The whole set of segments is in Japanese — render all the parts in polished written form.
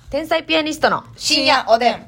天才ピアニストの深夜おでん。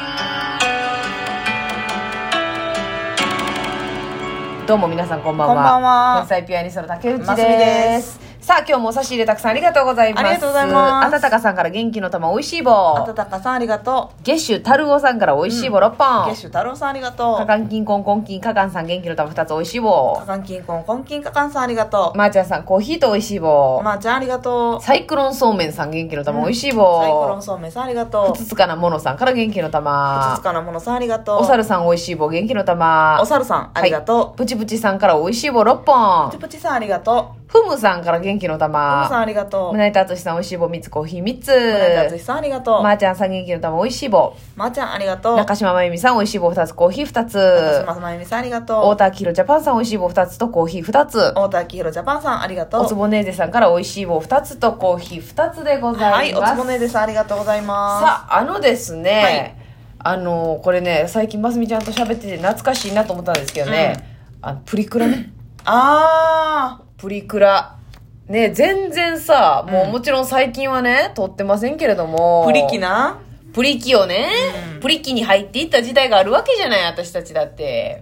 どうも皆さんこんばんは。 こんばんは。 天才ピアニストの竹内ますみで。 ですさあ今日もお差し入れたくさんありがとうございます。 ありがとうございます。 あたたかさんから元気の玉おいしい棒。 あたたかさんありがとゲッシュタルオさんからおいしい棒6 う。 本。 ゲッシュ太郎さんありがとう。 カカンキンコンコンキンカカンさん元気の玉2つおいしい棒。 カカンキンコンコンキンカカンさんありがとまーちゃんさんコーヒーとおいしい棒。 う。まーちゃんありがとう。 サイクロンそうめんさん元気の玉おいしいサイクロ棒ン。そうめんさんありがとう。 ふつつかなものさんから元気のふつ玉つ。かなものさんありがとう。 おさるさんおいしい棒元気の玉。 おさるさんありがとう。 プチプチさんからおいしい棒6 プ本チ。プチさんありがとう。 ふむさんから元気のふむさん玉。 ありがとう。 胸板あつしさんおいしい棒3つコーヒー3つ。 村田敦さんありがとう。 まーちゃんさん元気の玉おいしい棒。 まーちゃんありがとう。 中島まゆみさんおいしい棒2つコーヒー2つ。 中島まゆみさんありがとう。 太田明宏ジャパンさんおいしい棒2つとコーヒー2つ。 太田明宏ジャパンさんありがとう。 おつぼねーぜさんからおいしい棒2つとコーヒー2つでござはいい、 ます。 おつぼねでさんありがとうございます。 さあ、ですね、これね、最近ますみちゃんと喋ってて懐かしいなと思ったんですけどね、プリクラね。プリクラ。ね、全然さ、もうもちろん最近はね、撮ってませんけれども。 プリキな。 プリキをね、プリキに入っていった時代があるわけじゃない、私たちだって。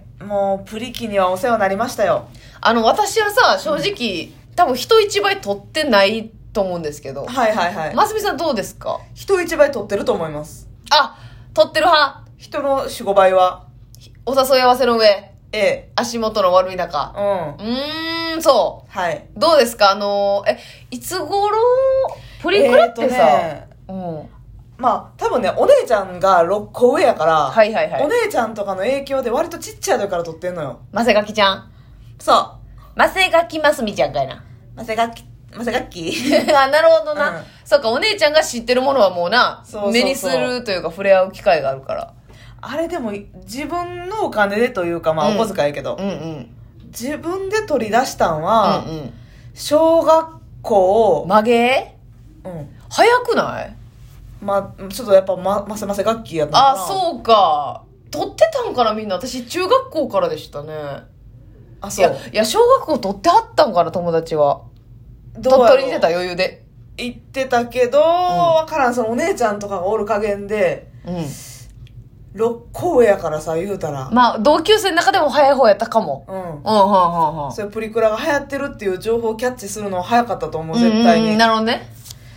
もうプリキにはお世話になりましたよ。 私はさ、正直、多分人一倍撮ってないと思うんですけど。 はいはいはい。 ますみさんどうですか？ 人一倍取ってると思います。 あ、撮ってる派。 人の4、5倍は。 お誘い合わせの上。 え足元の悪い中。そう。 はい。 どうですか？いつ頃、プリクラってさ、 まあ、多分ね、お姉ちゃんが6個上やから、 はいはいはい。 お姉ちゃんとかの影響で割とちっちゃい時から撮ってんのよ。 マセガキちゃん。 そマセガキますみちゃんかいな。 う。マセガッキあ、なるほどな。 うんそうか、お姉ちゃんが知ってるものはもうな、 そうそうそう目にするというか触れ合う機会があるから。 あれでも、自分のお金でというか、まあ、お小遣いやけど、自分で取り出したんは、小学校、 曲げ早くない？ まあ、ちょっとやっぱ、ませませ楽器やったのかな。 あ、そうか。撮ってたんかなみんな。私、中学校からでしたね。 あ、そう。 いや、小学校撮ってはったんかな、友達は。 どうやろう鳥取に出た余裕で。 行ってたけど、わからん、そのお姉ちゃんとかがおる加減で、6個上やからさ、言うたら。 まあ、同級生の中でも早い方やったかも。 そういうプリクラが流行ってるっていう情報をキャッチするのは早かったと思う、絶対に。 なるほどね。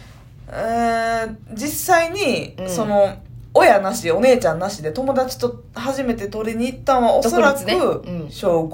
実際に、その、親なし、お姉ちゃんなしで友達と初めて取りに行ったのはおそらく、小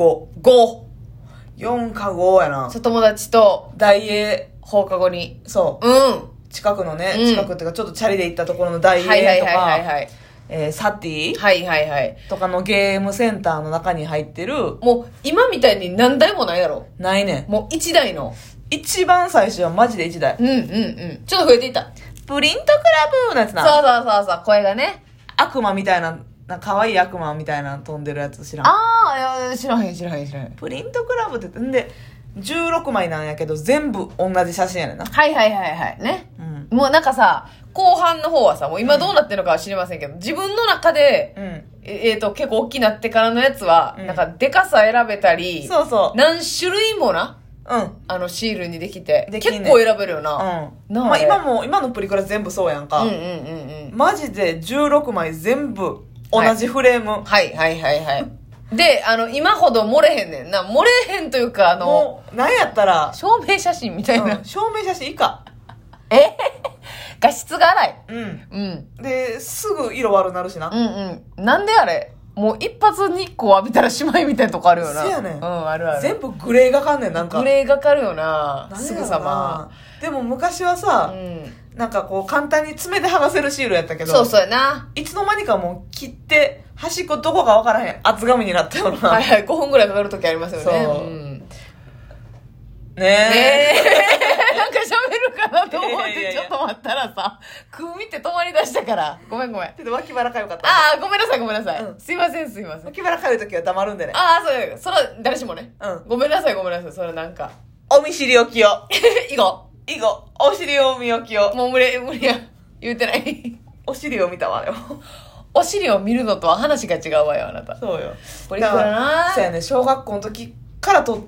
5。4か5やな。 友達と、 大英。 放課後に。 そう。近くのね、近くっていうかちょっとチャリで行ったところの大英とか、サティとかのゲームセンターの中に入ってる。 もう、今みたいに何台もないやろ。 ないね。 もう1台の。 一番最初はマジで1台。 ちょっと増えていった。 プリントクラブのやつな。 そう、声がね。 悪魔みたいな、可愛い悪魔みたいな飛んでるやつ知らん。 いや、知らへん。 プリントクラブって言って、んで、16枚なんやけど、全部同じ写真やねんな。 ね。もうなんかさ、後半の方はさ、もう今どうなってるのかは知りませんけど、自分の中で、結構大きなってからのやつは、なんかでかさ選べたり、何種類もな、シールにできて、結構選べるよな。 まあ今のプリクラ全部そうやんか。マジで16枚全部同じフレーム。 で、今ほど漏れへんねんな。漏れへんというか、 もう、なんやったら、 証明写真みたいな。 証明写真以下。 画質が荒い。 で、すぐ色悪なるしな。 なんであれもう一発日光浴びたらしまいみたいなとこあるよな。 そうやねん。 ある。 全部グレーがかんねん、なんか。 グレーがかるよな。すぐさま。 でも昔はさ、なんかこう簡単に爪で剥がせるシールやったけど。 そうやな。 いつの間にかもう切って、端っこどこかわからへん厚紙になったような。 5分ぐらいかかるときありますよね。 ねえ。 なんか喋るかなと思ってちょっと待ったらさ、首見て止まり出したから。ごめん。ちょっと脇腹かゆかった。 ごめんなさい。すいません。 脇腹かゆいときは黙るんでね。 それは誰しもね。ごめんなさい。それなんか。 お見知りおきよ。 以後、 お尻を見おきよ。 もう無理や。言うてない。 お尻を見たわよ。 お尻を見るのとは話が違うわよ、あなた。 そうよ。 プリクラな。 そうやね、小学校の時から撮って、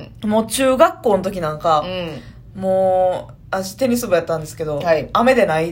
もう中学校の時なんか、もう、私テニス部やったんですけど、雨でない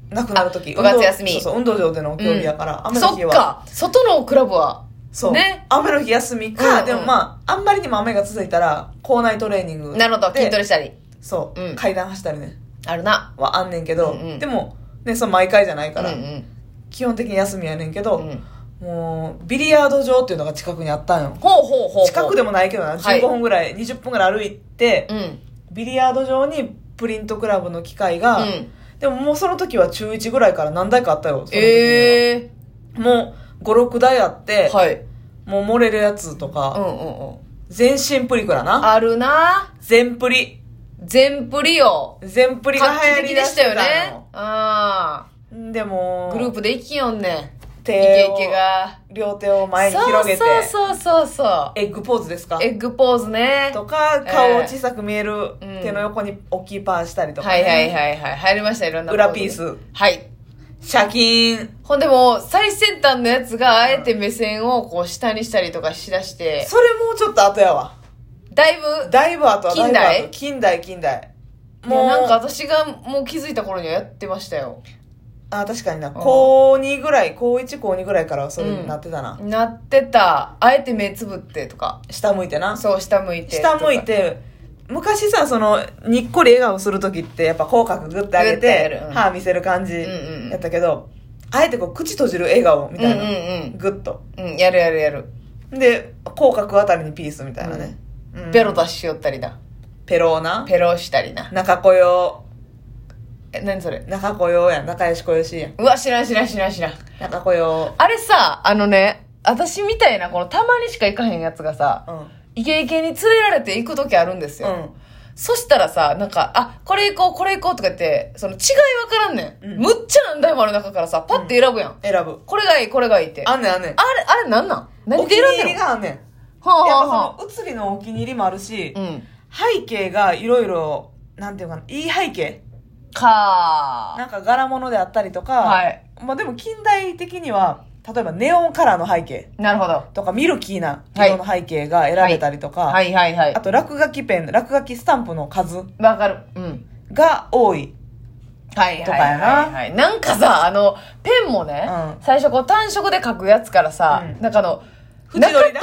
なくなるとき。 部活休み。 そう、運動場での競技やから、雨の日は。 そっか、外のクラブは。 そう。ね。雨の日休みか、でもまあ、あんまりにも雨が続いたら、校内トレーニング。 なるほど、筋トレしたり。 そう。階段走ったりね。 あるな。 はあんねんけど、でも、ね、その毎回じゃないから、基本的に休みやねんけど、もう、ビリヤード場っていうのが近くにあったんよ。近くでもないけどな、15分ぐらい、20分ぐらい歩いて、ビリヤード場にプリントクラブの機械が、でももうその時は中1ぐらいから何台かあったよ。もう5、6台あって、もう漏れるやつとか、全身プリクラな。 あるな。 全プリ。 全プリよ。 全プリが流行りだしたよね。ああ。でも、 グループで生きよんね。 イケイケが両手を前に広げて、 そうエッグポーズですか？ エッグポーズね。 とか、顔を小さく見える手の横に大きいパーしたりとか、 ね。はい。入りました、いろんなポーズ。 裏ピース。 はい。 シャキーン。 ほんでも、最先端のやつが、あえて目線をこう下にしたりとかしだして。 それもうちょっと後やわ。 だいぶ後は近代。 もうなんか私がもう気づいた頃にはやってましたよ。 確かにな。高2ぐらい、高1、高2ぐらいからそれになってたな。 なってた。あえて目つぶってとか。 下向いてな。 そう、下向いて。昔さ、にっこり笑顔するときって、やっぱ口角グッて上げて、歯見せる感じやったけど、あえてこう、口閉じる笑顔みたいな。グッと。 やる。 で、口角あたりにピースみたいなね。 ペロ出しよったりだ。 ペロしたりな。 中子用。 何それ？ 中子用やん。仲良し子よしやん。 うわ、知らん。 中子用。 あれさ、私みたいな、たまにしか行かへんやつがさ、イケイケに連れられて行く時あるんですよ。そしたらさ、なんか、これ行こうとか言って、違いわからんねん。むっちゃ何台もある中からさ、パッて選ぶやん。 選ぶ。 これがいいって。 あんねん。 あれなんなん？何で選んでんの？ お気に入りがあんねん。やっぱ写りのお気に入りもあるし、背景がいろいろ、なんていうかな、いい背景なんか柄物であったりとか、まあでも近代的には、例えばネオンカラーの背景。 なるほど。 とかミルキーな色の背景が選べたりとか、あと落書きスタンプの数。 わかる。 が多い。とかやな。 なんかさ、ペンもね、最初単色で書くやつからさ、なんか中透明で縁取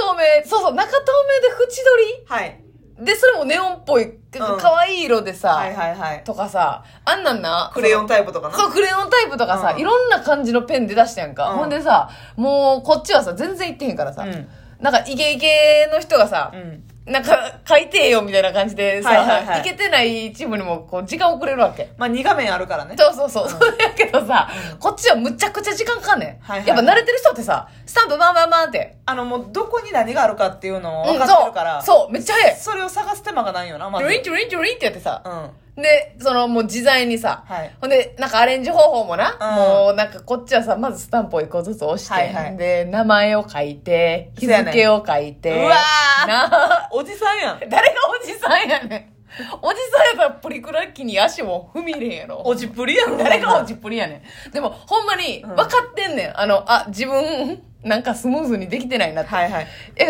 りで、それもネオンっぽい、可愛い色でさ、とかさ、あんなんな。 クレヨンタイプとかな。 そう、クレヨンタイプとかさ、いろんな感じのペンで出したやんか。ほんでさ、もうこっちはさ、全然いってへんからさ、なんかイケイケの人がさ、なんか書いてよみたいな感じでさ、いけてないチームにも時間遅れるわけ。 まあ2画面あるからね。 そう。そうやけどさ、こっちはむちゃくちゃ時間かかんねん。やっぱ慣れてる人ってさ、スタンプバンって。 もうどこに何があるかっていうのを分かってるから。 そう、めっちゃ早い。 それを探す手間がないよな、まず。 チュリンってやってさ。で、もう自在にさ、ほんで、なんかアレンジ方法もな、もうなんかこっちはさ、まずスタンプを一個ずつ押して、で、名前を書いて、日付を書いて、 うわーおじさんやん。 誰がおじさんやねん。おじさんやったらプリクラ機に足も踏み入れへんやろ。 おじプリやん。 誰がおじプリやねん。でも、ほんまに、分かってんねん。自分、なんかスムーズにできてないなって。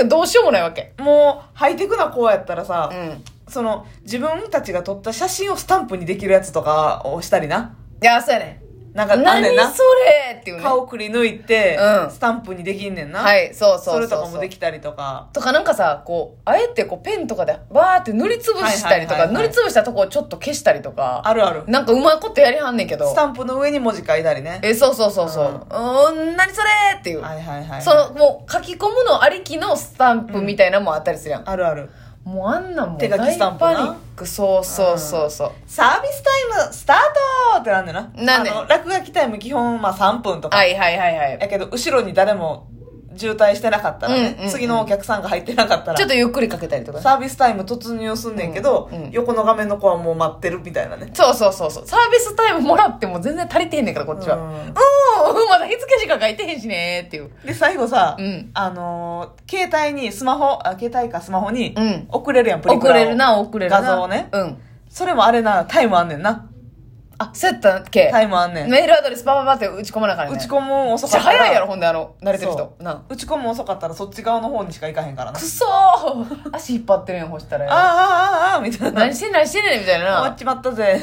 どうしようもないわけ。 もう、ハイテクな子やったらさ、自分たちが撮った写真をスタンプにできるやつとかをしたりな。 いや、そうやねん。 なんか、 何それっていうね。 顔くり抜いて、スタンプにできんねんな。 そう。 それとかもできたりとか。 なんかさ、あえてペンとかでバーって塗りつぶしたりとか、塗りつぶしたとこをちょっと消したりとか。 ある。 なんかうまいことやりはんねんけど。 スタンプの上に文字書いたりね。 そう。何それっていう。もう書き込むのありきのスタンプみたいなのもあったりするやん。 ある。 もうあんなんもう手書きスタンプな。 大パニック。そう。 サービスタイムスタートってなんでな。 なんで落書きタイム基本3分とか。やけど、後ろに誰も渋滞してなかったらね、次のお客さんが入ってなかったら。 ちょっとゆっくりかけたりとか。 サービスタイム突入すんねんけど、横の画面の子はもう待ってるみたいなね。 そう。サービスタイムもらっても全然足りてへんねんから、こっちは。まだ日付しか書いてへんしねーっていう。 で、最後さ、携帯にスマホに送れるやん、プリクラを。 送れるな。 画像をね。それもあれな、タイムあんねんな。 そうやったっけ？ タイムあんねん。 メールアドレスパパって打ち込まなあかんねん。 打ち込む遅かったら。 早いやろ、ほんで慣れてる人。 打ち込む遅かったらそっち側の方にしか行かへんからな。 くそー足引っ張ってるやん、ほしたら。 みたいな。 何してんねんみたいな。 終わっちまったぜ。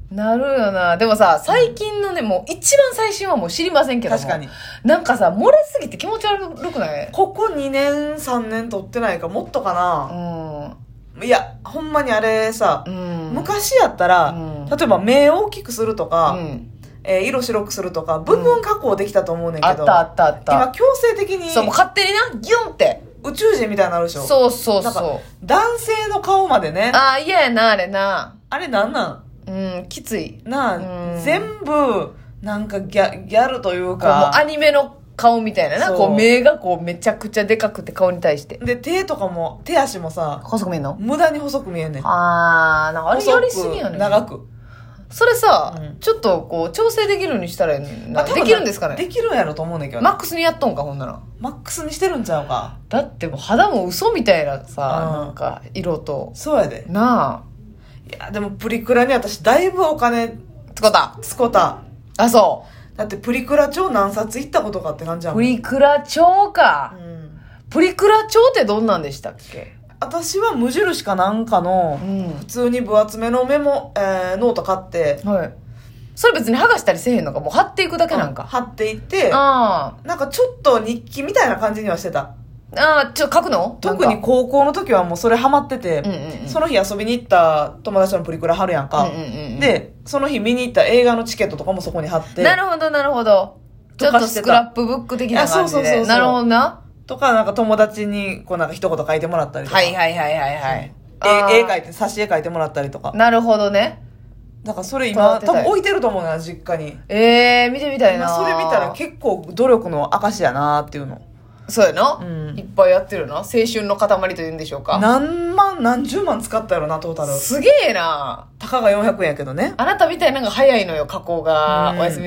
なるよな。でもさ、最近のね、もう一番最新はもう知りませんけども。 確かに。 なんかさ、漏れすぎて気持ち悪くない？ ここ2年、3年撮ってないか、もっとかな。いや、ほんまにあれさ、昔やったら、例えば目を大きくするとか、色白くするとか、部分加工できたと思うねんけど、 あった。 今強制的に。 そう、もう勝手にな、ギュンって。 宇宙人みたいになるでしょ。 そう。 なんか男性の顔までね。 ああ、嫌やな、あれな。 あれなんなん？ きつい。 全部、なんかギャルというか。 もうアニメの顔みたいなな。こう目がこうめちゃくちゃでかくて顔に対して。 で、手とかも、手足もさ、 細く見えんの？ 無駄に細く見えんねん。 なんかあれやりすぎやね。 長く。 それさ、ちょっとこう、調整できるようにしたらできるんですかね？ できるんやろと思うねんけど。 マックスにやっとんか、ほんなら。 マックスにしてるんちゃうか。 だってもう肌も嘘みたいなさ、なんか、色と。 そうやで。 なあ。 いや、でもプリクラに私だいぶお金使った。 あ、そう。だってプリクラ帳何冊行ったことかって感じやもん。 プリクラ帳か。プリクラ帳ってどんなんでしたっけ？ 私は無印かなんかの、普通に分厚めのメモ、ノート買って、 それ別に剥がしたりせえへんのか？もう貼っていくだけなんか。 貼っていって、なんかちょっと日記みたいな感じにはしてた。 ちょっと書くの？ 特に高校の時はもうそれハマってて、その日遊びに行った友達のプリクラ貼るやんか。で、その日見に行った映画のチケットとかもそこに貼って。 なるほど。ちょっとスクラップブック的な感じで。なるほどな。 とか、なんか友達にこうなんか一言書いてもらったりとか。 はい。 絵描いて、挿絵描いてもらったりとか。 なるほどね。 だからそれ今、多分置いてると思うな、実家に。 見てみたいな。 それ見たら結構努力の証やなっていうの。 そうやな。いっぱいやってるな。青春の塊というんでしょうか。 何十万使ったやろな、トータル。 すげえな。 たかが400円やけどね。 あなたみたいなのが早いのよ、加工が。おやすみ